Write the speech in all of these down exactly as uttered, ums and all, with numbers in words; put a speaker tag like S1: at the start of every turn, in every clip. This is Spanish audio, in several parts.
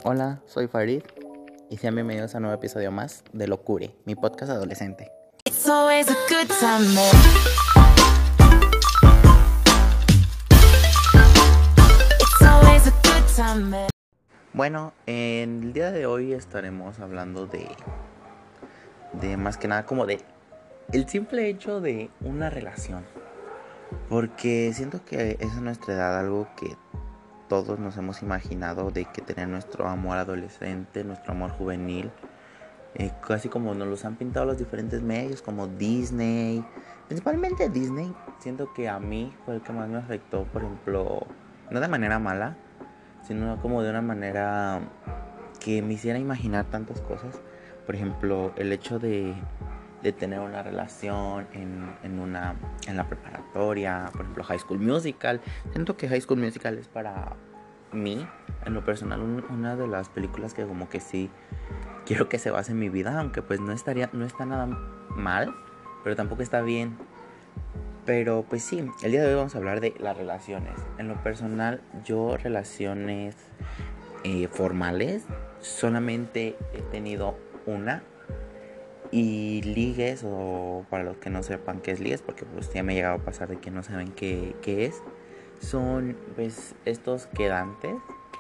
S1: Hola, soy Farid y sean bienvenidos a un nuevo episodio más de Locure, mi podcast adolescente.
S2: It's always a good time, man. It's always a good time, man.
S1: Bueno, en el día de hoy estaremos hablando de, de más que nada como de el simple hecho de una relación. Porque siento que es a nuestra edad algo que todos nos hemos imaginado de que tener nuestro amor adolescente, nuestro amor juvenil, eh, casi como nos los han pintado los diferentes medios como Disney, principalmente Disney. Siento que a mí fue el que más me afectó, por ejemplo, no de manera mala, sino como de una manera que me hiciera imaginar tantas cosas. Por ejemplo, el hecho de, de tener una relación en, en, una, en la preparatoria, por ejemplo, High School Musical. Siento que High School Musical es para mí, en lo personal, un, una de las películas que como que sí quiero que se base en mi vida, aunque pues no estaría, no está nada mal, pero tampoco está bien. Pero pues sí, el día de hoy vamos a hablar de las relaciones. En lo personal, yo relaciones eh, formales solamente he tenido una. Y ligues, o para los que no sepan qué es ligues, porque pues ya me ha llegado a pasar de que no saben qué, qué es, son pues estos quedantes.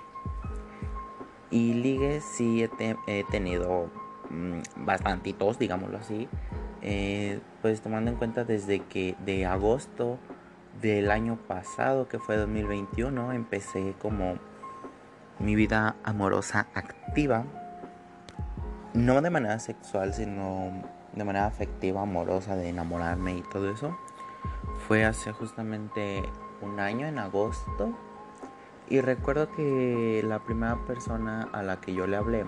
S1: Y ligues sí he, te, he tenido mmm, bastantitos, digámoslo así. Eh, pues tomando en cuenta desde que de agosto del año pasado, que fue dos mil veintiuno, empecé como mi vida amorosa activa. No de manera sexual, sino de manera afectiva, amorosa, de enamorarme y todo eso. Fue hace justamente un año, en agosto. Y recuerdo que la primera persona a la que yo le hablé,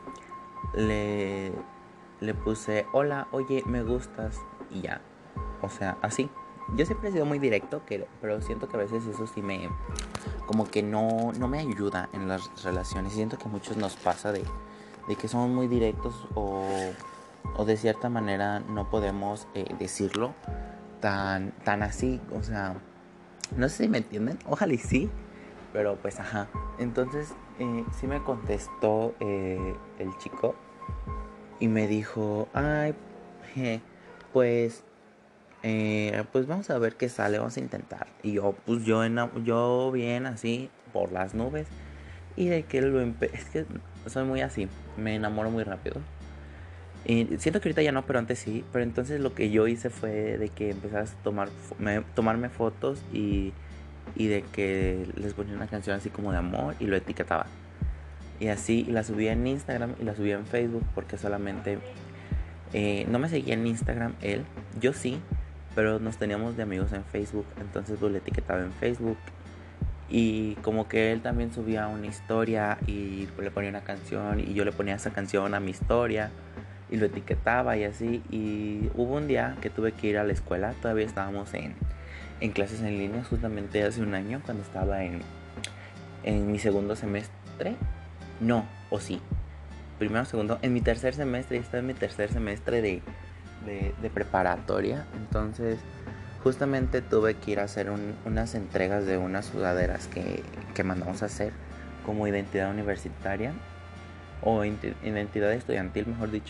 S1: le, le puse, hola, oye, me gustas, y ya. O sea, así. Yo siempre he sido muy directo, que, pero siento que a veces eso sí me, como que no, no me ayuda en las relaciones. Siento que a muchos nos pasa de, de que somos muy directos o, o de cierta manera no podemos eh, decirlo tan, tan así. O sea, no sé si me entienden, ojalá y sí. Pero pues ajá, entonces eh, sí me contestó eh, el chico y me dijo, ay, je, pues, eh, pues vamos a ver qué sale, vamos a intentar. Y yo, pues yo, en, yo bien así, por las nubes. Y de que lo empe- es que soy muy así, me enamoro muy rápido. Y siento que ahorita ya no, pero antes sí. Pero entonces lo que yo hice fue de que empezara a tomar, me, tomarme fotos y... y de que les ponía una canción así como de amor y lo etiquetaba. Y así, y la subía en Instagram y la subía en Facebook, porque solamente eh, no me seguía en Instagram él, yo sí, pero nos teníamos de amigos en Facebook. Entonces pues le etiquetaba en Facebook. Y como que él también subía una historia y le ponía una canción y yo le ponía esa canción a mi historia y lo etiquetaba y así. Y hubo un día que tuve que ir a la escuela, todavía estábamos en en clases en línea, justamente hace un año, cuando estaba en, en mi segundo semestre. No, o sí, primero, segundo, en mi tercer semestre, estaba en mi tercer semestre de, de, de preparatoria. Entonces justamente tuve que ir a hacer un, unas entregas de unas sudaderas que, que mandamos a hacer como identidad universitaria, o identidad estudiantil, mejor dicho.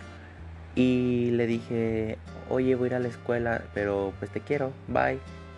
S1: Y le dije, oye, voy a ir a la escuela, pero pues te quiero, bye.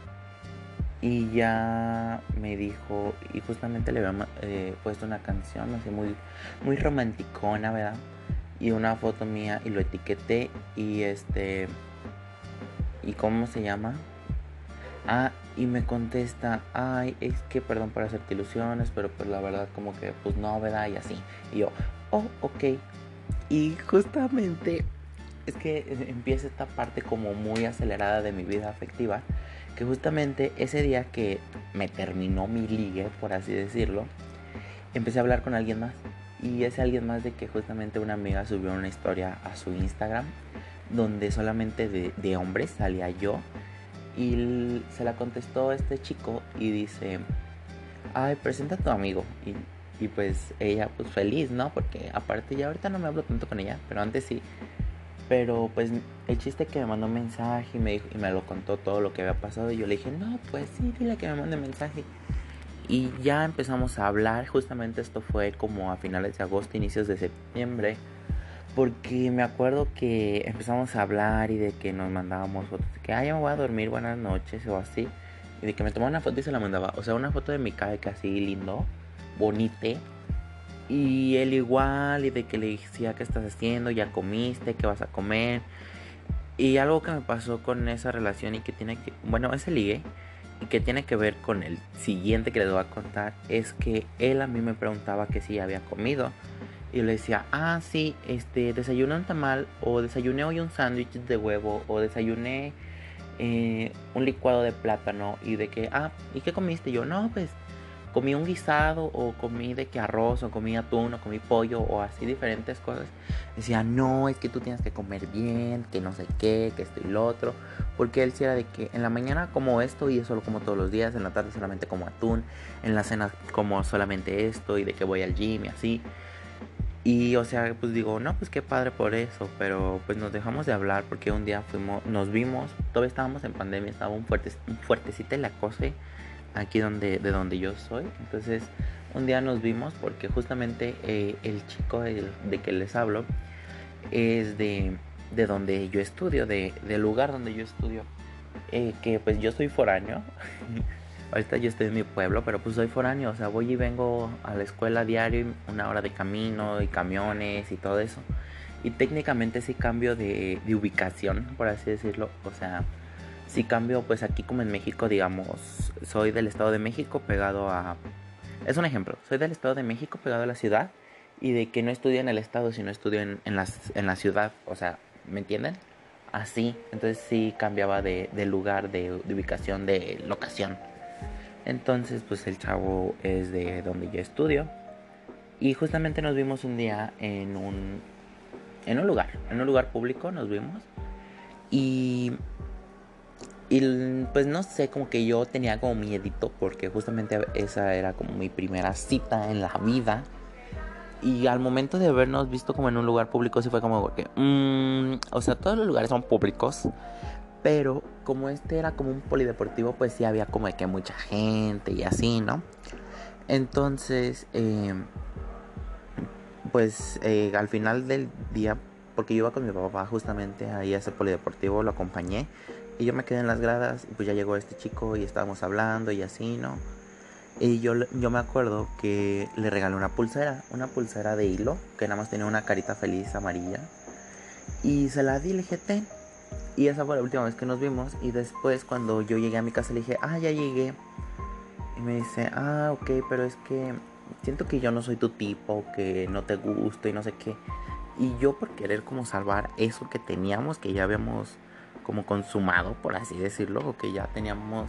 S1: Y ya me dijo, y justamente le había eh, puesto una canción así muy, muy romanticona, ¿verdad? Y una foto mía y lo etiqueté y este... ¿Y cómo se llama? Ah, y me contesta, ay, es que perdón por hacerte ilusiones, pero pues la verdad como que pues no, ¿verdad? Y así. Y yo, oh, ok. Y justamente es que empieza esta parte como muy acelerada de mi vida afectiva, que justamente ese día que me terminó mi ligue, por así decirlo, empecé a hablar con alguien más. Y ese alguien más de que justamente una amiga subió una historia a su Instagram donde solamente de, de hombres salía yo. Y l- se la contestó este chico y dice, ay, presenta a tu amigo. Y, y pues ella pues feliz, ¿no? Porque aparte ya ahorita no me hablo tanto con ella, pero antes sí. Pero pues el chiste que me mandó un mensaje y me, dijo, y me lo contó todo lo que había pasado. Y yo le dije, no, pues sí, dile que me mande mensaje. Y ya empezamos a hablar. Justamente esto fue como a finales de agosto, inicios de septiembre. Porque me acuerdo que empezamos a hablar y de que nos mandábamos fotos de que, ay, ya me voy a dormir, buenas noches o así. Y de que me tomaba una foto y se la mandaba. O sea, una foto de mi cara que así lindo, bonite. Y él igual, y de que le decía, ¿qué estás haciendo? ¿Ya comiste? ¿Qué vas a comer? Y algo que me pasó con esa relación y que tiene que, bueno, ese ligue, y que tiene que ver con el siguiente que les voy a contar, es que él a mí me preguntaba que si había comido. Y yo le decía, ah, sí, este, desayuné un tamal, o desayuné hoy un sándwich de huevo, o desayuné eh, un licuado de plátano. Y de que, ah, ¿y qué comiste? Y yo, no, pues comí un guisado, o comí de que arroz, o comí atún, o comí pollo, o así diferentes cosas. Decía, no, es que tú tienes que comer bien, que no sé qué, que esto y lo otro. Porque él sí era de que en la mañana como esto y eso lo como todos los días, en la tarde solamente como atún, en la cena como solamente esto y de que voy al gym y así. Y o sea, pues digo, no, pues qué padre por eso, pero pues nos dejamos de hablar porque un día fuimos, nos vimos, todavía estábamos en pandemia, estaba un, fuerte, un fuertecita el acoso aquí donde, de donde yo soy. Entonces un día nos vimos porque justamente eh, el chico el, de que les hablo es de, de donde yo estudio, de, del lugar donde yo estudio, eh, que pues yo soy foráneo. Ahorita yo estoy en mi pueblo, pero pues soy foráneo, o sea, voy y vengo a la escuela diario, una hora de camino y camiones y todo eso. Y técnicamente sí cambio de, de ubicación, por así decirlo. O sea, sí cambio, pues aquí como en México, digamos, soy del Estado de México pegado a... Es un ejemplo, soy del Estado de México pegado a la ciudad y de que no estudio en el Estado, sino estudio en, en, la, en la ciudad. O sea, ¿me entienden? Así, entonces sí cambiaba de, de lugar, de, de ubicación, de locación. Entonces, pues el chavo es de donde yo estudio. Y justamente nos vimos un día en un, en un lugar, en un lugar público nos vimos. Y, y pues no sé, como que yo tenía como miedito porque justamente esa era como mi primera cita en la vida. Y al momento de habernos visto como en un lugar público, sí fue como que, mmm, o sea, todos los lugares son públicos. Pero como este era como un polideportivo, pues sí había como de que mucha gente y así, ¿no? Entonces, eh, pues eh, al final del día, porque yo iba con mi papá justamente ahí a ese polideportivo, lo acompañé. Y yo me quedé en las gradas y pues ya llegó este chico y estábamos hablando y así, ¿no? Y yo, yo me acuerdo que le regalé una pulsera, una pulsera de hilo, que nada más tenía una carita feliz amarilla. Y se la di, le dije, ten. Y esa fue la última vez que nos vimos. Y después cuando yo llegué a mi casa le dije, ah, ya llegué. Y me dice, ah, ok, pero es que siento que yo no soy tu tipo, que no te gusto y no sé qué. Y yo por querer como salvar eso que teníamos, que ya habíamos como consumado, por así decirlo, o que ya teníamos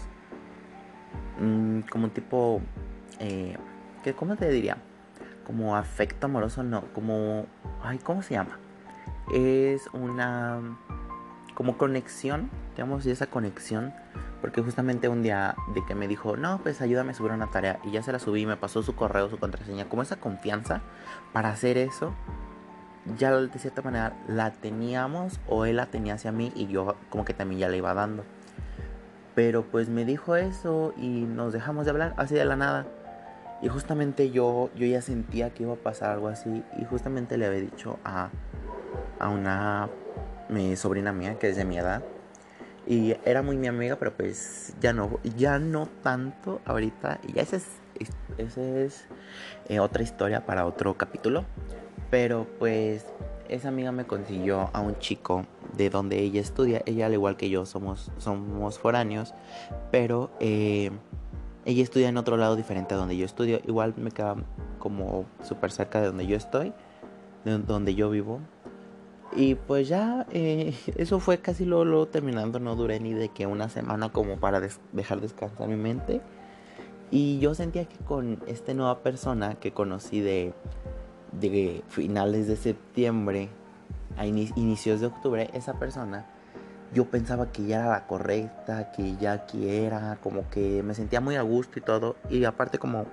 S1: mmm, como un tipo, eh, ¿qué, ¿cómo te diría? Como afecto amoroso, no, como, ay, ¿cómo se llama? Es una... como conexión, digamos, y esa conexión, porque justamente un día de que me dijo, no, pues ayúdame a subir una tarea, y ya se la subí, me pasó su correo, su contraseña, como esa confianza para hacer eso, ya de cierta manera la teníamos, o él la tenía hacia mí, y yo como que también ya le iba dando. Pero pues me dijo eso, y nos dejamos de hablar, así de la nada, y justamente yo, yo ya sentía que iba a pasar algo así, y justamente le había dicho a, a una... mi sobrina mía, que es de mi edad, y era muy mi amiga, pero pues ya no, ya no tanto ahorita. Y ya esa es, esa es eh, otra historia para otro capítulo. Pero pues esa amiga me consiguió a un chico de donde ella estudia. Ella al igual que yo somos, somos foráneos, pero eh, ella estudia en otro lado diferente a donde yo estudio. Igual me queda como súper cerca de donde yo estoy, de donde yo vivo. Y pues ya, eh, eso fue casi luego, luego terminando, no duré ni de que una semana como para des- dejar descansar mi mente. Y yo sentía que con esta nueva persona que conocí de, de finales de septiembre a ini- inicios de octubre, esa persona, yo pensaba que ya era la correcta, que ya aquí era, como que me sentía muy a gusto y todo. Y aparte como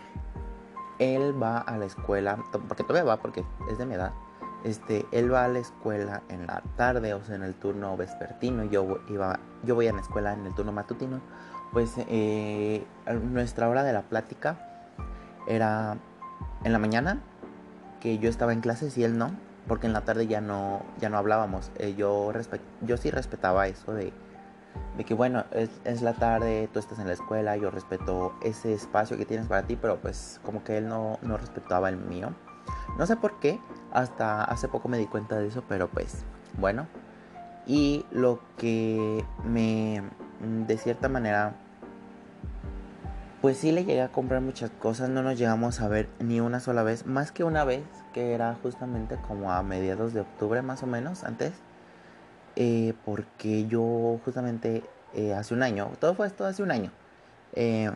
S1: él va a la escuela, porque todavía va porque es de mi edad. Este, él va a la escuela en la tarde, o sea, en el turno vespertino. Yo iba, yo voy a la escuela en el turno matutino, pues eh, nuestra hora de la plática era en la mañana, que yo estaba en clases y él no, porque en la tarde ya no, ya no hablábamos. Eh, yo, respe- yo sí respetaba eso de, de que bueno, es, es la tarde, tú estás en la escuela, yo respeto ese espacio que tienes para ti, pero pues como que él no, no respetaba el mío. No sé por qué, hasta hace poco me di cuenta de eso, pero pues bueno. Y lo que me, de cierta manera, pues sí le llegué a comprar muchas cosas, no nos llegamos a ver ni una sola vez, más que una vez, que era justamente como a mediados de octubre más o menos, antes, eh, porque yo justamente eh, hace un año, todo fue esto hace un año, eh,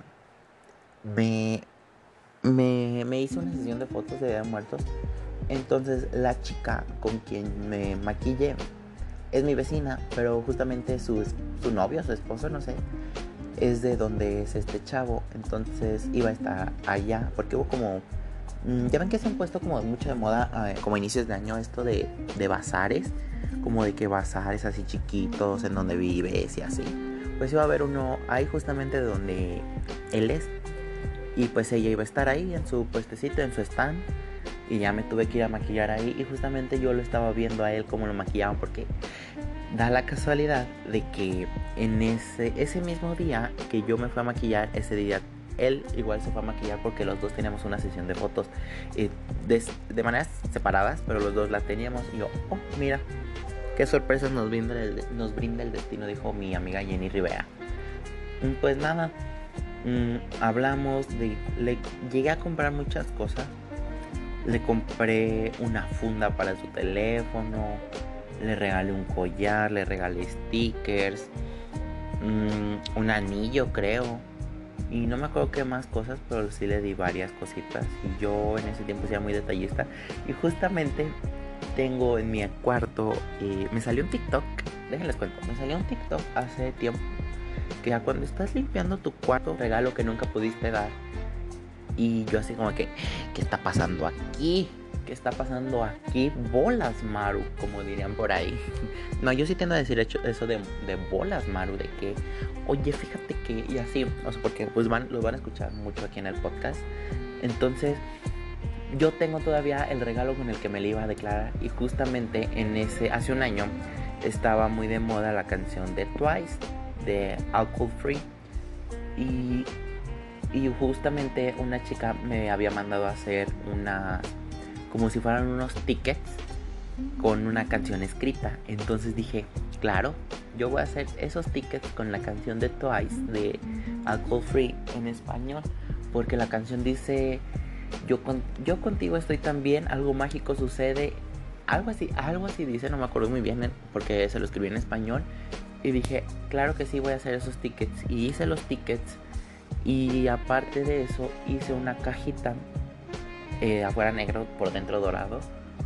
S1: me, me, me hice una sesión de fotos de Día de Muertos. Entonces la chica con quien me maquillé es mi vecina, pero justamente su, su novio, su esposo, no sé, es de donde es este chavo. Entonces iba a estar allá, porque hubo como, mmm, ya ven que se han puesto como mucho de moda, eh, como a inicios de año, esto de, de bazares, como de que bazares así chiquitos en donde vives y así. Pues iba a haber uno ahí justamente de donde él es. Y pues ella iba a estar ahí en su puestecito, en su stand. Y ya me tuve que ir a maquillar ahí. Y justamente yo lo estaba viendo a él cómo lo maquillaban, porque da la casualidad de que en ese, ese mismo día que yo me fui a maquillar, ese día él igual se fue a maquillar, porque los dos teníamos una sesión de fotos eh, de, de maneras separadas, pero los dos la teníamos. Y yo, oh, mira, qué sorpresas nos brinda el, nos brinda el destino, dijo mi amiga Jenny Rivera. Pues nada, mmm, hablamos de, le llegué a comprar muchas cosas. Le compré una funda para su teléfono, le regalé un collar, le regalé stickers, mmm, un anillo creo, y no me acuerdo qué más cosas, pero sí le di varias cositas. Y yo en ese tiempo era muy detallista. Y justamente tengo en mi cuarto, eh, me salió un TikTok, déjenles cuento, me salió un TikTok hace tiempo, que a cuando estás limpiando tu cuarto, regalo que nunca pudiste dar. Y yo así como que, ¿qué está pasando aquí? ¿Qué está pasando aquí? Bolas, Maru, como dirían por ahí. No, yo sí tiendo a decir hecho eso de, de bolas, Maru, de que, oye, fíjate que, y así, o sea, porque pues van, los van a escuchar mucho aquí en el podcast. Entonces, yo tengo todavía el regalo con el que me le iba a declarar. Y justamente en ese, hace un año, estaba muy de moda la canción de Twice, de Alcohol Free. Y... Y justamente una chica me había mandado a hacer una, como si fueran unos tickets con una canción escrita. Entonces dije, claro, yo voy a hacer esos tickets con la canción de Twice, de Alcohol Free, en español. Porque la canción dice, yo, con, yo contigo estoy tan bien, algo mágico sucede. Algo así, algo así dice, no me acuerdo muy bien porque se lo escribí en español. Y dije, claro que sí, voy a hacer esos tickets. Y hice los tickets. Y aparte de eso hice una cajita, eh, afuera negro, por dentro dorado.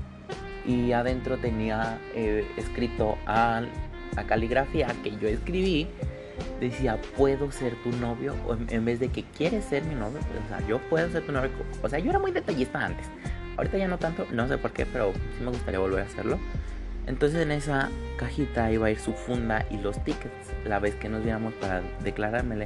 S1: Y adentro tenía eh, escrito a, a caligrafía que yo escribí. Decía, puedo ser tu novio. O en, en vez de que quieres ser mi novio, pues, o sea, yo puedo ser tu novio. O sea, yo era muy detallista antes. Ahorita ya no tanto, no sé por qué, pero sí me gustaría volver a hacerlo. Entonces en esa cajita iba a ir su funda y los tickets, la vez que nos viéramos para declarármele.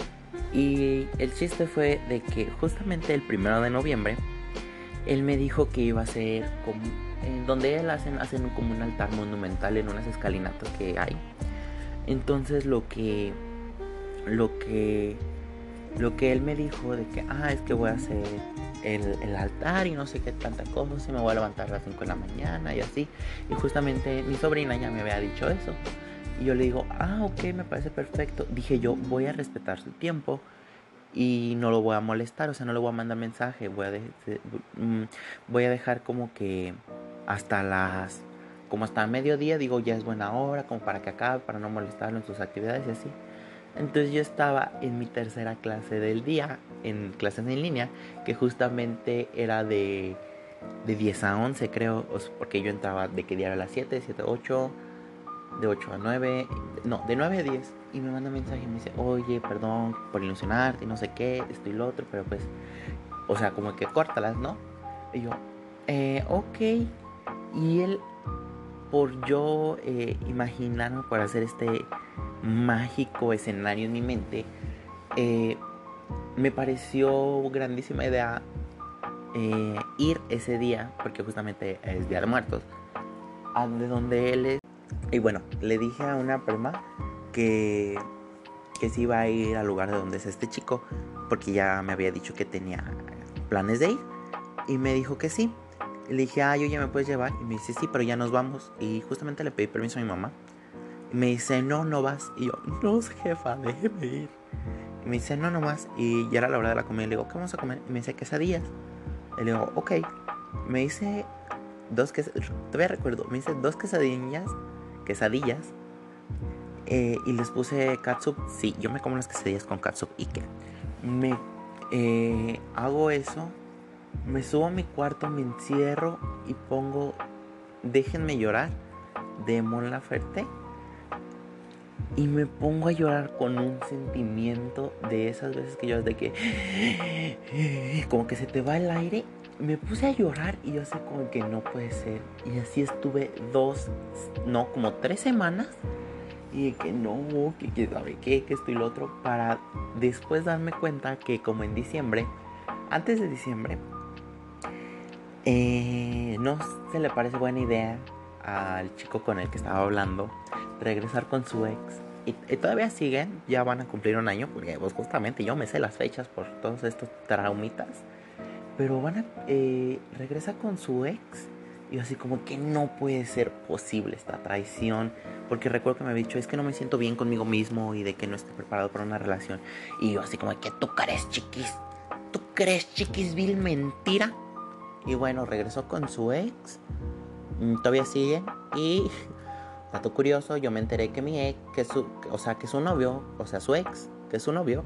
S1: Y el chiste fue de que justamente el primero de noviembre él me dijo que iba a ser como, eh, donde él hacen, hacen como un altar monumental en unas escalinatas que hay. Entonces lo que lo que lo que él me dijo de que ah es que voy a hacer el, el altar y no sé qué tanta cosa, y me voy a levantar a las cinco de la mañana y así. Y justamente mi sobrina ya me había dicho eso. Y yo le digo, ah, ok, me parece perfecto. Dije yo, voy a respetar su tiempo y no lo voy a molestar, o sea, no le voy a mandar mensaje. Voy a, de- de- mm, voy a dejar como que hasta las, como hasta mediodía, digo, ya es buena hora, como para que acabe, para no molestarlo en sus actividades y así. Entonces yo estaba en mi tercera clase del día, en clases en línea, que justamente era de, de diez a once creo, o sea, porque yo entraba de que día era a las siete, siete a ocho, de ocho a nueve, no, de nueve a diez. Y me manda un mensaje y me dice, oye, perdón por ilusionarte y no sé qué, esto y lo otro, pero pues, o sea, como que córtalas, ¿no? Y yo, eh, ok. Y él, por yo eh, imaginarme, por hacer este mágico escenario en mi mente, eh, me pareció grandísima idea eh, ir ese día, porque justamente es Día de Muertos, a de donde él es. Y bueno, le dije a una prima que, que sí iba a ir al lugar de donde es este chico, porque ya me había dicho que tenía planes de ir. Y me dijo que sí. Y le dije, ah, yo ya me puedes llevar. Y me dice, sí, pero ya nos vamos. Y justamente le pedí permiso a mi mamá. Y me dice, no, no vas. Y yo, no, jefa, déjeme ir. Y me dice, no, no más. Y ya era la hora de la comida. Y le digo, ¿qué vamos a comer? Y me dice, quesadillas. Y le digo, ok. Me dice dos quesadillas. Todavía recuerdo. Me dice dos quesadillas. Quesadillas. Eh, y les puse catsup. Sí, yo me como las quesadillas con catsup. ¿Y qué? Me eh, hago eso. Me subo a mi cuarto, me encierro y pongo Déjenme llorar de Mon Laferte. Y me pongo a llorar con un sentimiento de esas veces que yo de que como que se te va el aire. Me puse a llorar y yo sé como que no puede ser. Y así estuve dos, no, como tres semanas. Y de que no, que, que sabe qué, que esto y lo otro. Para después darme cuenta que como en diciembre, antes de diciembre, Eh, no se le parece buena idea al chico con el que estaba hablando regresar con su ex. Y, y todavía siguen, ya van a cumplir un año, porque pues, justamente yo me sé las fechas por todos estos traumitas. Pero van a eh, regresa con su ex. Y yo así como que no puede ser posible esta traición. Porque recuerdo que me había dicho, es que no me siento bien conmigo mismo y de que no estoy preparado para una relación. Y yo así como que tú crees, chiquis, tú crees, chiquis, vil mentira. Y bueno, regresó con su ex. Todavía sigue. Y dato curioso, yo me enteré que mi ex, que su, o sea, que su novio, o sea, su ex, que es su novio,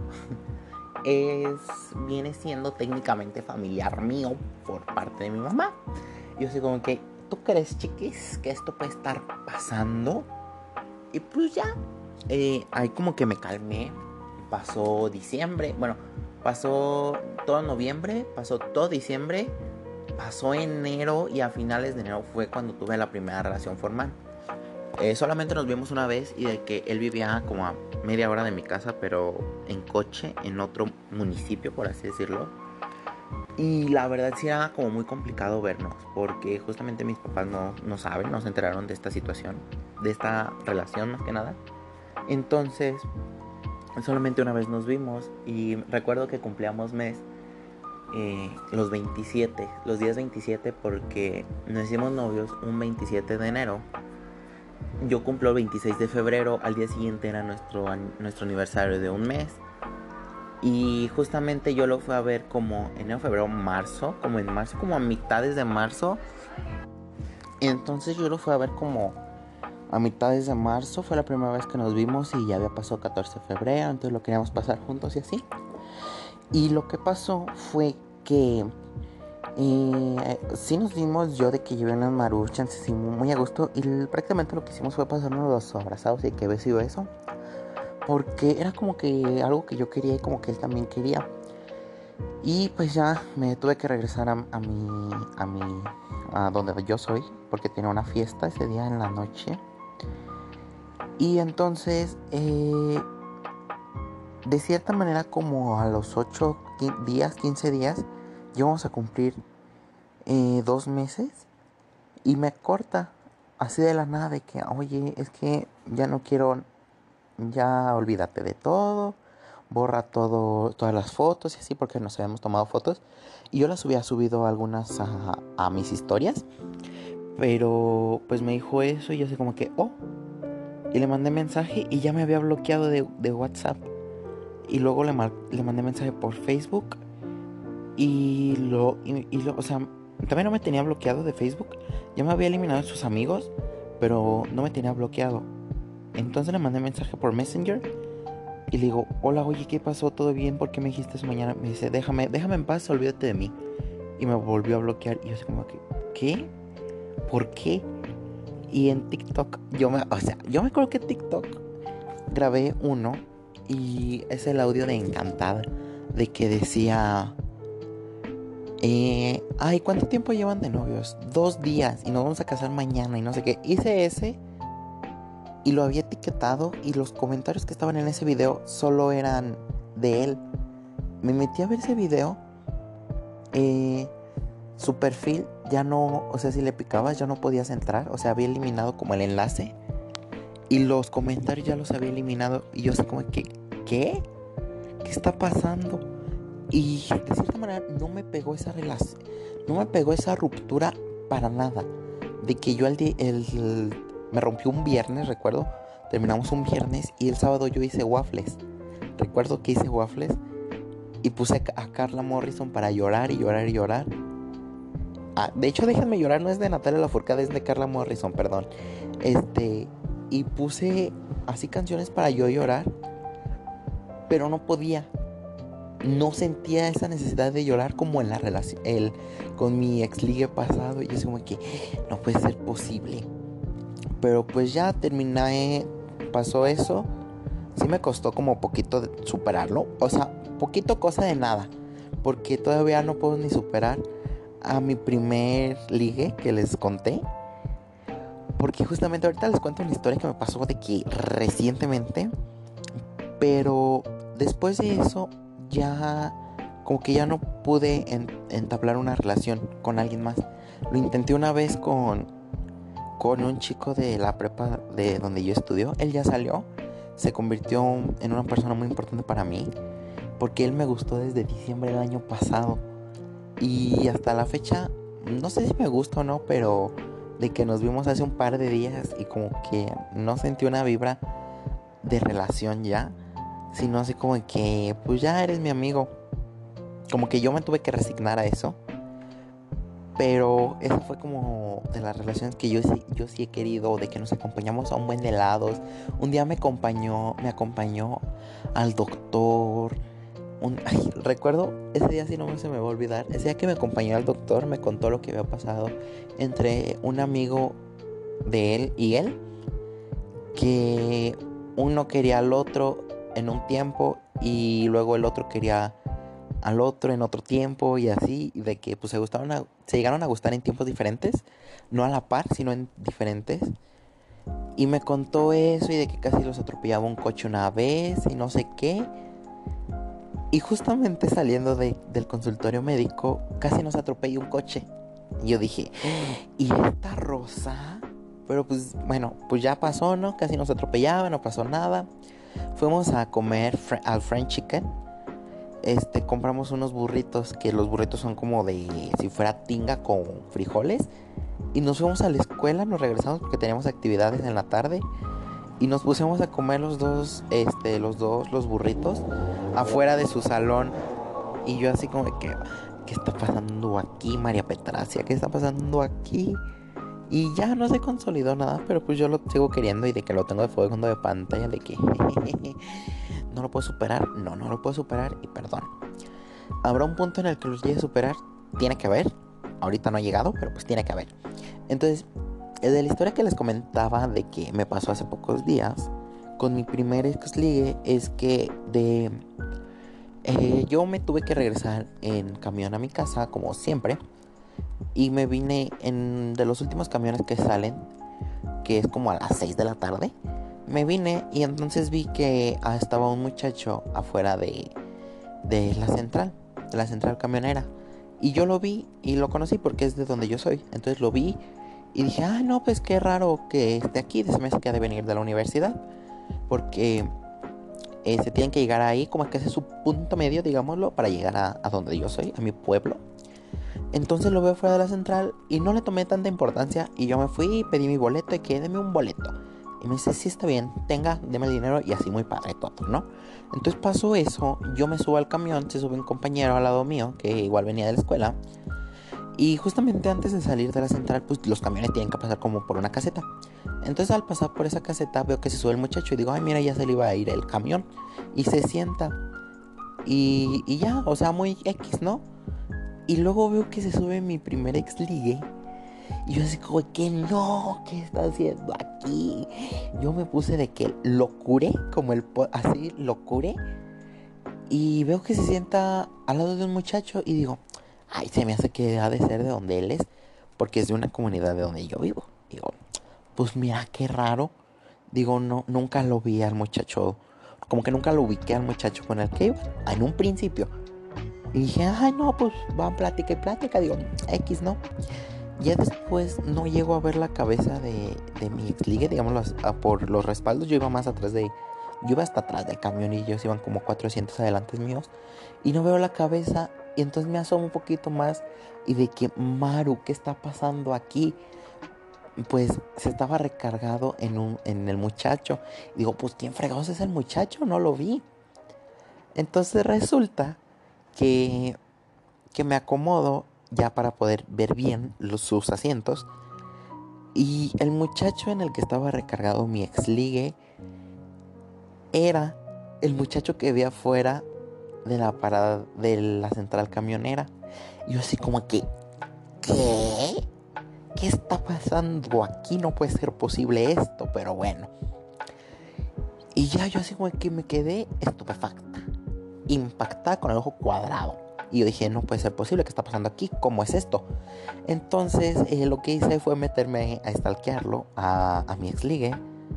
S1: es, viene siendo técnicamente familiar mío por parte de mi mamá. Y yo soy como que, ¿tú crees, chiquis, que esto puede estar pasando? Y pues ya, eh, ahí como que me calmé. Pasó diciembre, bueno, pasó todo noviembre, pasó todo diciembre. Pasó enero y a finales de enero fue cuando tuve la primera relación formal. Eh, solamente nos vimos una vez y de que él vivía como a media hora de mi casa, pero en coche, en otro municipio, por así decirlo. Y la verdad sí era como muy complicado vernos, porque justamente mis papás no, no saben, no se enteraron de esta situación, de esta relación más que nada. Entonces, solamente una vez nos vimos y recuerdo que cumplíamos mes. Eh, los veintisiete, los días veintisiete, porque nos hicimos novios un veintisiete de enero. Yo cumplo el veintiséis de febrero, al día siguiente era nuestro, nuestro aniversario de un mes. Y justamente yo lo fui a ver como enero, febrero, marzo, como en marzo, como a mitades de marzo. Entonces yo lo fui a ver como a mitades de marzo, fue la primera vez que nos vimos y ya había pasado catorce de febrero, entonces lo queríamos pasar juntos y así. Y lo que pasó fue que eh, sí nos dimos, yo de que llevé unas maruchas así muy a gusto. Y prácticamente lo que hicimos fue pasarnos los abrazados y que beso y beso. Porque era como que algo que yo quería y como que él también quería. Y pues ya me tuve que regresar a, a mi, a mi, a donde yo soy. Porque tenía una fiesta ese día en la noche. Y entonces... Eh, de cierta manera como a los ocho días, quince días, íbamos a cumplir eh, dos meses. Y me corta así de la nada de que, oye, es que ya no quiero, ya olvídate de todo. Borra todo, todas las fotos y así, porque nos habíamos tomado fotos. Y yo las había subido algunas a, a mis historias. Pero pues me dijo eso y yo así como que, oh. Y le mandé mensaje y ya me había bloqueado de, de WhatsApp. Y luego le, mar- le mandé mensaje por Facebook. Y lo, y, y lo, o sea, también no me tenía bloqueado de Facebook. Ya me había eliminado de sus amigos, pero no me tenía bloqueado. Entonces le mandé mensaje por Messenger. Y le digo, hola, oye, ¿qué pasó? ¿Todo bien? ¿Por qué me dijiste eso mañana? Me dice, déjame, déjame en paz, olvídate de mí. Y me volvió a bloquear. Y yo así como que, ¿qué? ¿Por qué? Y en TikTok, yo me, o sea, yo me acuerdo que en TikTok grabé uno. Y es el audio de Encantada, de que decía, eh, ay, ¿cuánto tiempo llevan de novios? Dos días y nos vamos a casar mañana y no sé qué. Hice ese y lo había etiquetado y los comentarios que estaban en ese video solo eran de él. Me metí a ver ese video. Eh, su perfil ya no, o sea, si le picabas ya no podías entrar. O sea, había eliminado como el enlace. Y los comentarios ya los había eliminado. Y yo así como que, ¿qué? ¿Qué está pasando? Y de cierta manera no me pegó esa relación, no me pegó esa ruptura para nada. De que yo el, di- el, el me rompió un viernes, recuerdo. Terminamos un viernes y el sábado yo hice waffles. Recuerdo que hice waffles y puse a Carla Morrison para llorar y llorar y llorar. Ah, de hecho, Déjenme llorar no es de Natalia Lafourcade, es de Carla Morrison, perdón. Este, y puse así canciones para yo llorar, pero no podía. No sentía esa necesidad de llorar como en la relación el, con mi ex ligue pasado. Y es como que no puede ser posible. Pero pues ya terminé, pasó eso. Sí me costó como poquito superarlo. O sea, poquito cosa de nada. Porque todavía no puedo ni superar a mi primer ligue que les conté. Porque justamente ahorita les cuento una historia que me pasó de que recientemente. Pero después de eso ya como que ya no pude en, entablar una relación con alguien más. Lo intenté una vez con, con un chico de la prepa de donde yo estudio. Él ya salió. Se convirtió en una persona muy importante para mí. Porque él me gustó desde diciembre del año pasado. Y hasta la fecha, no sé si me gusta o no, pero de que nos vimos hace un par de días y como que no sentí una vibra de relación ya, sino así como que pues ya eres mi amigo. Como que yo me tuve que resignar a eso. Pero esa fue como de las relaciones que yo sí, yo sí he querido, de que nos acompañamos a un buen de helados. Un día me acompañó, me acompañó al doctor. Un, ay, recuerdo, ese día sí no se me va a olvidar. Ese día que me acompañó al doctor, me contó lo que había pasado entre un amigo de él y él. Que uno quería al otro en un tiempo y luego el otro quería al otro en otro tiempo y así, de que pues se gustaron a, se llegaron a gustar en tiempos diferentes, no a la par, sino en diferentes. Y me contó eso y de que casi los atropellaba un coche una vez y no sé qué. Y justamente saliendo de, del consultorio médico, casi nos atropelló un coche. Y yo dije, ¿y esta Rosa? Pero pues bueno, pues ya pasó, ¿no? Casi nos atropellaba, no pasó nada. Fuimos a comer fr- al French Chicken. Este, compramos unos burritos, que los burritos son como de si fuera tinga con frijoles. Y nos fuimos a la escuela, nos regresamos porque teníamos actividades en la tarde. Y nos pusimos a comer los dos, este, los dos, los burritos afuera de su salón. Y yo así como de que, ¿qué está pasando aquí, María Petracia? ¿Qué está pasando aquí? Y ya no se consolidó nada, pero pues yo lo sigo queriendo y de que lo tengo de fondo de pantalla, de que no lo puedo superar, no, no lo puedo superar y perdón. Habrá un punto en el que los llegue a superar, tiene que haber, ahorita no ha llegado, pero pues tiene que haber. Entonces, de la historia que les comentaba de que me pasó hace pocos días con mi primer ex ligue es que de eh, yo me tuve que regresar en camión a mi casa como siempre. Y me vine en de los últimos camiones que salen, que es como a las seis de la tarde. Me vine y entonces vi que ah, estaba un muchacho afuera de, de la central, de la central camionera. Y yo lo vi y lo conocí porque es de donde yo soy. Entonces lo vi y dije, ah, no, pues qué raro que esté aquí. Se me hace que ha de venir de la universidad. Porque eh, se tienen que llegar ahí, como que ese es su punto medio, digámoslo, para llegar a, a donde yo soy, a mi pueblo. Entonces lo veo fuera de la central y no le tomé tanta importancia. Y yo me fui y pedí mi boleto y que deme un boleto. Y me dice, sí, está bien, tenga, deme el dinero. Y así muy padre todo, ¿no? Entonces pasó eso, yo me subo al camión, se sube un compañero al lado mío, que igual venía de la escuela. Y justamente antes de salir de la central, pues los camiones tienen que pasar como por una caseta. Entonces al pasar por esa caseta veo que se sube el muchacho y digo, ay, mira, ya se le iba a ir el camión. Y se sienta. Y, y ya, o sea, muy X, ¿no? Y luego veo que se sube mi primer ex ligue. Y yo así como que no, ¿qué está haciendo aquí? Yo me puse de que lo curé, como el po- así lo curé. Y veo que se sienta al lado de un muchacho y digo, ay, se me hace que ha de ser de donde él es, porque es de una comunidad de donde yo vivo. Digo, pues mira qué raro. Digo, no, nunca lo vi al muchacho como que nunca lo ubiqué al muchacho con el que iba en un principio. Y dije, ay no, pues van plática y plática, digo, X, ¿no? Ya después no llego a ver la cabeza de, de mi ex ligue, digamos, por los respaldos. Yo iba más atrás de, yo iba hasta atrás del camión y ellos iban como cuatrocientos adelantes míos. Y no veo la cabeza y entonces me asomo un poquito más y de que, Maru, ¿qué está pasando aquí? Pues se estaba recargado en, un, en el muchacho. Y digo, pues ¿quién fregados es el muchacho? No lo vi. Entonces resulta que, que me acomodo ya para poder ver bien los, sus asientos. Y el muchacho en el que estaba recargado mi ex ligue era el muchacho que vi afuera de la parada de la central camionera. Y yo así como que, ¿qué? ¿Qué está pasando aquí? No puede ser posible esto, pero bueno. Y ya yo así como que me quedé estupefacta, impactada, con el ojo cuadrado. Y yo dije, no puede ser posible, ¿qué está pasando aquí? ¿Cómo es esto? Entonces eh, lo que hice fue meterme a stalkearlo a, a mi ex ligue.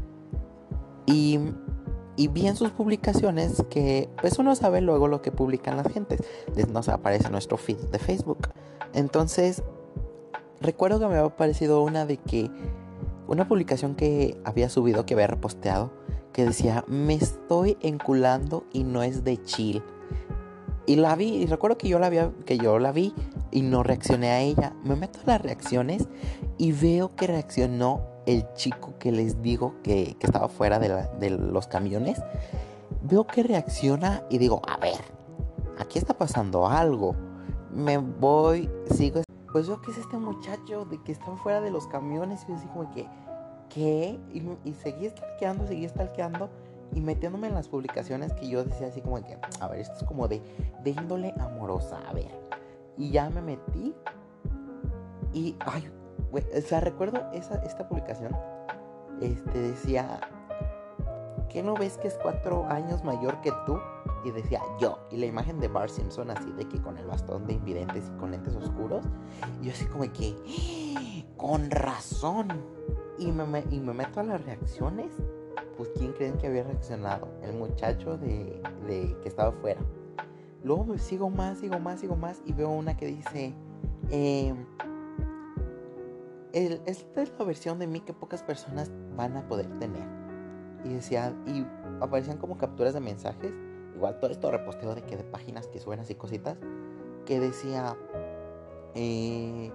S1: Y, y vi en sus publicaciones que pues uno sabe luego lo que publican las gentes. Nos aparece nuestro feed de Facebook. Entonces recuerdo que me había aparecido una de que una publicación que había subido, que había reposteado, que decía, me estoy enculando y no es de chill. Y la vi, y recuerdo que yo la vi, que yo la vi y no reaccioné a ella. Me meto a las reacciones y veo que reaccionó el chico que les digo que, que estaba fuera de, la, de los camiones. Veo que reacciona y digo, a ver, aquí está pasando algo. Me voy, sigo, pues veo que es este muchacho de que está fuera de los camiones. Y yo así como que, ¿qué? Y, y seguí stalkeando, seguí stalkeando y metiéndome en las publicaciones que yo decía así como que, a ver, esto es como de, de índole amorosa, a ver. Y ya me metí y, ay, güey, o sea, recuerdo esa, esta publicación, este, decía, ¿qué no ves que es cuatro años mayor que tú? Y decía, yo, y la imagen de Bart Simpson así de que con el bastón de invidentes y con lentes oscuros. Y yo así como que, ¡ah! Con razón. Y me, me, y me meto a las reacciones. Pues ¿quién creen que había reaccionado? El muchacho de, de que estaba afuera. Luego me sigo más, sigo más, sigo más. Y veo una que dice, eh, el, esta es la versión de mí que pocas personas van a poder tener. Y decía, y aparecían como capturas de mensajes. Igual todo esto reposteo de que de páginas que suben así cositas. Que decía, eh,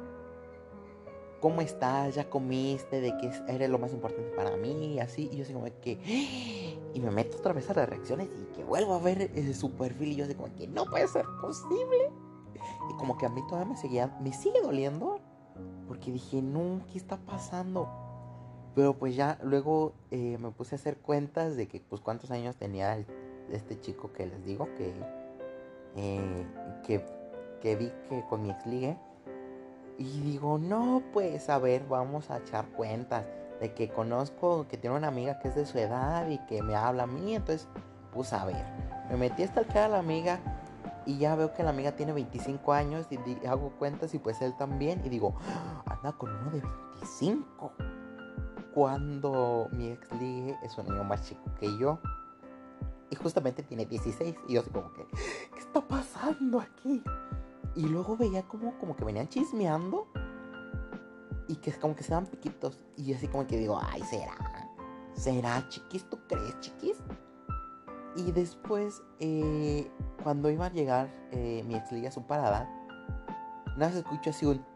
S1: ¿cómo estás? ¿Ya comiste? ¿De qué eres lo más importante para mí? Y así. Y yo así como que, y me meto otra vez a las reacciones y que vuelvo a ver eh, su perfil. Y yo así como que no puede ser posible. Y como que a mí todavía me seguía, me sigue doliendo. Porque dije, no, ¿qué está pasando? Pero pues ya luego eh, me puse a hacer cuentas de que pues cuántos años tenía el, este chico que les digo que, eh, que, que vi que con mi ex ligue. Y digo, no, pues a ver, vamos a echar cuentas de que conozco, que tiene una amiga que es de su edad y que me habla a mí. Entonces, pues a ver, me metí a stalkear a la amiga y ya veo que la amiga tiene veinticinco años y di- hago cuentas y pues él también. Y digo, ¡ah! Anda con uno de veinticinco. Cuando mi ex ligue es un niño más chico que yo. Y justamente tiene dieciséis. Y yo así como que, ¿qué está pasando aquí? Y luego veía como, como que venían chismeando. Y que como que se dan piquitos. Y así como que digo, ay, ¿será? ¿Será, chiquis? ¿Tú crees, chiquis? Y después, eh, cuando iba a llegar eh, mi ex liga a su parada, nada más escucho así un...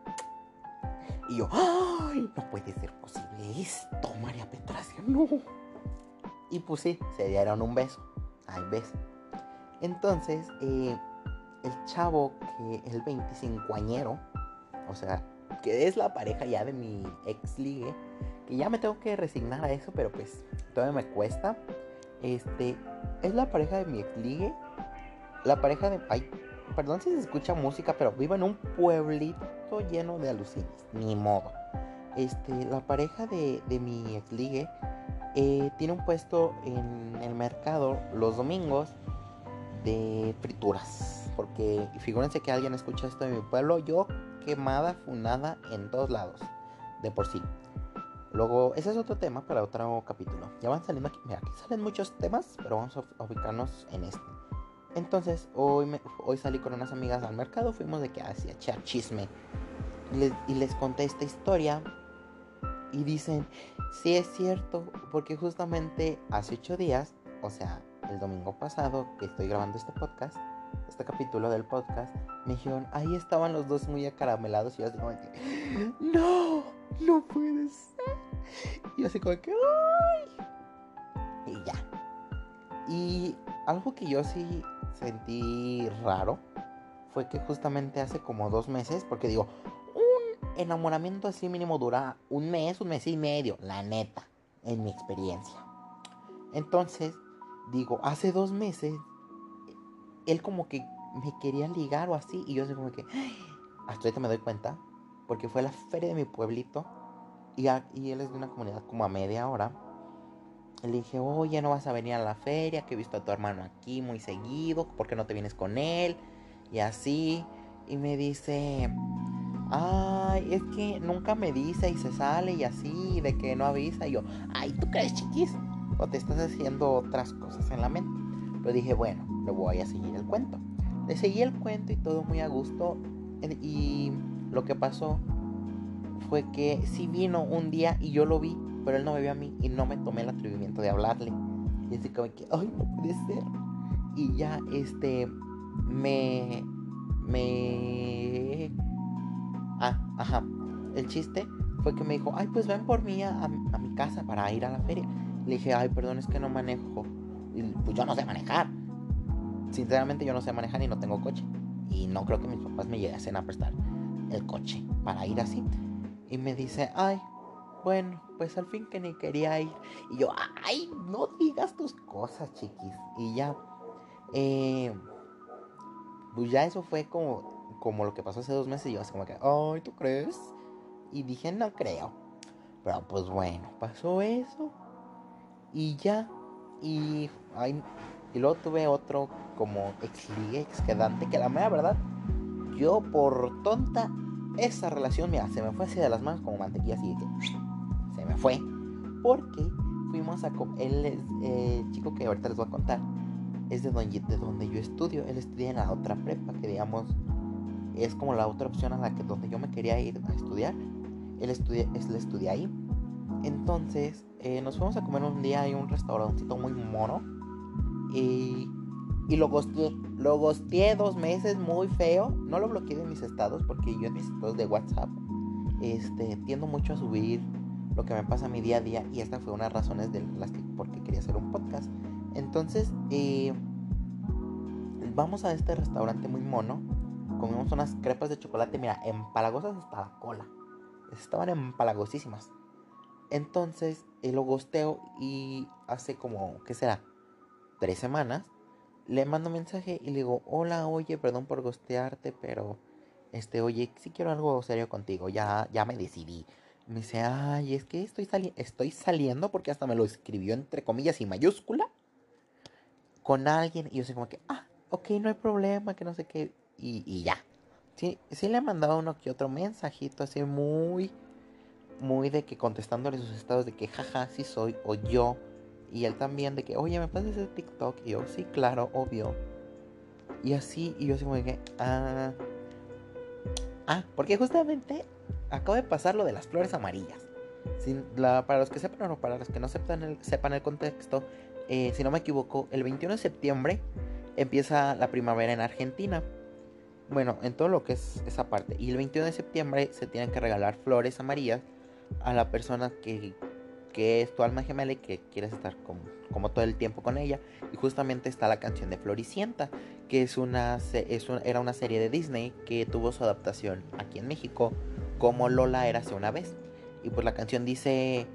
S1: Y yo, ¡ay! No puede ser posible esto, María Petracia, no. Y pues sí, se dieron un beso. Ay, beso. Entonces, eh, el chavo que el veinticincoañero, o sea, que es la pareja ya de mi ex ligue, que ya me tengo que resignar a eso, pero pues todavía me cuesta. Este, es la pareja de mi ex ligue, la pareja de... Ay, perdón si se escucha música, pero vivo en un pueblito lleno de alucines, ni modo. Este, la pareja de, de mi ex ligue eh, tiene un puesto en el mercado los domingos de frituras. Porque figúrense que alguien escucha esto en mi pueblo, yo quemada, funada en todos lados, de por sí. Luego, ese es otro tema para otro capítulo. Ya van saliendo aquí, mira, aquí salen muchos temas, pero vamos a ubicarnos en este. Entonces, hoy, me, hoy salí con unas amigas al mercado, fuimos de que hacia echar chisme. Y les, y les conté esta historia y dicen, sí es cierto, porque justamente hace ocho días, o sea, el domingo pasado que estoy grabando este podcast, este capítulo del podcast, me dijeron, ahí estaban los dos muy acaramelados y yo así como que, no, no puede ser. Y yo así como que, ¡ay! Y ya. Y algo que yo sí sentí raro fue que justamente hace como dos meses, porque digo, un enamoramiento así mínimo dura un mes, un mes y medio, la neta, en mi experiencia. Entonces, digo, hace dos meses, él como que me quería ligar o así, y yo así como que, hasta ahorita me doy cuenta, porque fue a la feria de mi pueblito, y, a, y él es de una comunidad como a media hora. Le dije, oye, no vas a venir a la feria, que he visto a tu hermano aquí muy seguido, ¿por qué no te vienes con él? Y así, y me dice, ay, es que nunca me dice y se sale y así, de que no avisa. Y yo, ay, ¿tú crees, chiquis? O te estás haciendo otras cosas en la mente. Pero dije, bueno, le voy a seguir el cuento. Le seguí el cuento y todo muy a gusto. Y lo que pasó fue que sí vino un día y yo lo vi, pero él no me vio a mí y no me tomé el atrevimiento de hablarle. Y así como que, ay, no puede ser. Y ya, este, me... Me... Ah, ajá. El chiste fue que me dijo, ay, pues ven por mí a, a, a mi casa para ir a la feria. Le dije, ay, perdón, es que no manejo. Y pues yo no sé manejar. Sinceramente yo no sé manejar y no tengo coche. Y no creo que mis papás me llegasen a prestar el coche para ir así. Y me dice, ay, bueno, pues al fin que ni quería ir. Y yo, ay, no digas tus cosas, chiquis. Y ya, eh, pues ya eso fue como, como lo que pasó hace dos meses. Y yo así como que, ay, ¿tú crees? Y dije, no creo. Pero pues bueno, pasó eso. Y ya. Y, ay, y luego tuve otro como ex ligue, ex quedante, que la mera verdad, yo por tonta, esa relación, mira, se me fue así de las manos como mantequilla, así de que se me fue. Porque fuimos a... Com- él es eh, chico que ahorita les voy a contar. Es de donde, de donde yo estudio. Él estudia en la otra prepa, que digamos es como la otra opción a la que donde yo me quería ir a estudiar. Él estudia, él estudia ahí. Entonces eh, nos fuimos a comer un día en un restaurancito muy mono. Y, y lo ghosteé. Lo ghosteé dos meses muy feo. No lo bloqueé de mis estados porque yo en mis estados de WhatsApp este, tiendo mucho a subir lo que me pasa a mi día a día. Y esta fue una de las razones de las que porque quería hacer un podcast. Entonces eh, vamos a este restaurante muy mono. Comimos unas crepas de chocolate, mira, empalagosas hasta la cola. Estaban empalagosísimas. Entonces eh, lo gosteo y hace como, ¿qué será? Tres semanas. Le mando mensaje y le digo, hola, oye, perdón por gostearte, pero este, oye, si quiero algo serio contigo, ya, ya me decidí. Me dice, ay, es que estoy, sali estoy saliendo, porque hasta me lo escribió entre comillas y mayúscula, con alguien. Y yo sé como que, ah, ok, no hay problema, que no sé qué. Y, y ya. Sí, sí le he mandado uno que otro mensajito así muy, muy de que contestándole sus estados de que, jaja, sí soy, o yo. Y él también de que, oye, ¿me puedes hacer TikTok? Y yo, sí, claro, obvio. Y así, y yo así como que, ah... Ah, porque justamente acabo de pasar lo de las flores amarillas. Sin la, para los que sepan o para los que no sepan el, sepan el contexto, eh, si no me equivoco, el veintiuno de septiembre empieza la primavera en Argentina. Bueno, en todo lo que es esa parte. Y el veintiuno de septiembre se tienen que regalar flores amarillas a la persona que, que es tu alma gemela y que quieres estar como, como todo el tiempo con ella. Y justamente está la canción de Floricienta, que es una, es un, era una serie de Disney que tuvo su adaptación aquí en México como Lola érase una vez. Y pues la canción dice,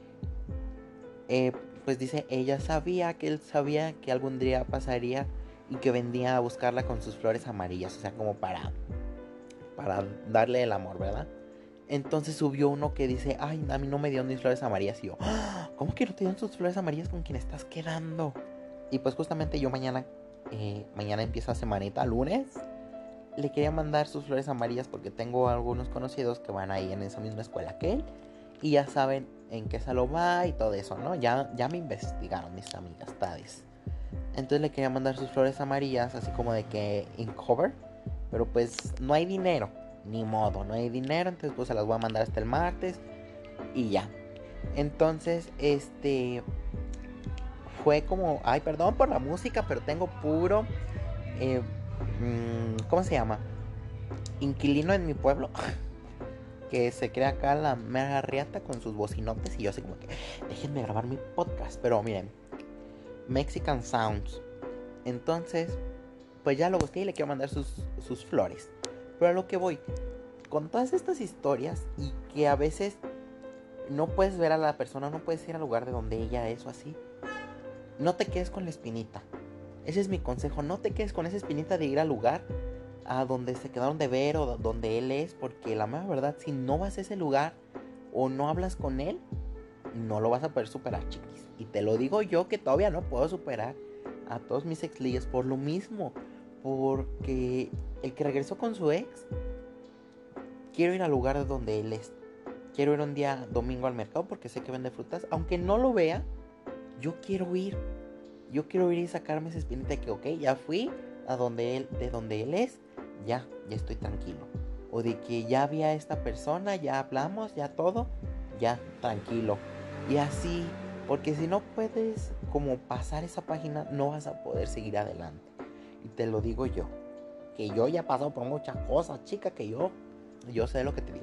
S1: eh, pues dice, ella sabía que él sabía que algún día pasaría y que vendría a buscarla con sus flores amarillas, o sea, como para, para darle el amor, ¿verdad? Entonces subió uno que dice, ay, a mí no me dieron mis flores amarillas. Y yo, ¡ah! ¿Cómo que no te dieron sus flores amarillas con quien estás quedando? Y pues justamente yo mañana, eh, mañana empieza semanita, lunes, le quería mandar sus flores amarillas porque tengo algunos conocidos que van ahí en esa misma escuela que él. Y ya saben en qué salón va y todo eso, ¿no? Ya, ya me investigaron mis amigas, tades. Entonces le quería mandar sus flores amarillas, así como de que in cover. Pero pues no hay dinero, ni modo, no hay dinero. Entonces pues se las voy a mandar hasta el martes y ya. Entonces, este... fue como... Ay, perdón por la música, pero tengo puro... Eh, mmm, ¿Cómo se llama? Inquilino en mi pueblo. Que se crea acá la mera riata con sus bocinotes. Y yo así como que... déjenme grabar mi podcast. Pero miren... Mexican Sounds. Entonces... pues ya lo busqué y le quiero mandar sus, sus flores. Pero a lo que voy... con todas estas historias... y que a veces... no puedes ver a la persona... no puedes ir al lugar de donde ella es o así... no te quedes con la espinita. Ese es mi consejo. No te quedes con esa espinita de ir al lugar a donde se quedaron de ver o donde él es. Porque la mera verdad, si no vas a ese lugar o no hablas con él, no lo vas a poder superar, chiquis. Y te lo digo yo, que todavía no puedo superar a todos mis ex ligues por lo mismo. Porque el que regresó con su ex, quiero ir al lugar de donde él es. Quiero ir un día domingo al mercado porque sé que vende frutas. Aunque no lo vea, yo quiero ir. Yo quiero ir y sacarme esa espinita de que, ok, ya fui a donde él, de donde él es, ya, ya estoy tranquilo. O de que ya vi a esta persona, ya hablamos, ya todo, ya, tranquilo. Y así, porque si no puedes como pasar esa página, no vas a poder seguir adelante. Y te lo digo yo, que yo ya he pasado por muchas cosas, chica, que yo, yo sé lo que te digo.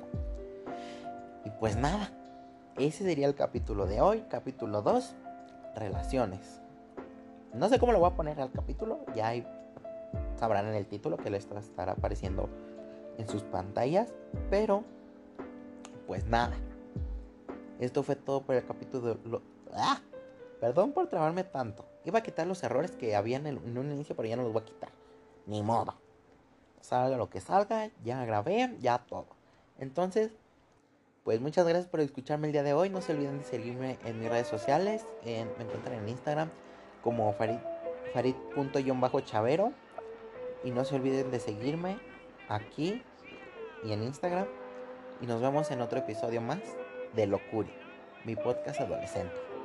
S1: Y pues nada, ese sería el capítulo de hoy, capítulo dos, relaciones. No sé cómo lo voy a poner al capítulo. Ya ahí sabrán en el título que les estará apareciendo en sus pantallas. Pero pues nada, esto fue todo por el capítulo de lo... ¡Ah! Perdón por trabarme tanto. Iba a quitar los errores que había en, el, en un inicio, pero ya no los voy a quitar. Ni modo. Salga lo que salga. Ya grabé, ya todo. Entonces, pues muchas gracias por escucharme el día de hoy. No se olviden de seguirme en mis redes sociales. En, me encuentran en Instagram como Farid Farid.chavero. Y no se olviden de seguirme aquí y en Instagram. Y nos vemos en otro episodio más de Locuria, mi podcast adolescente.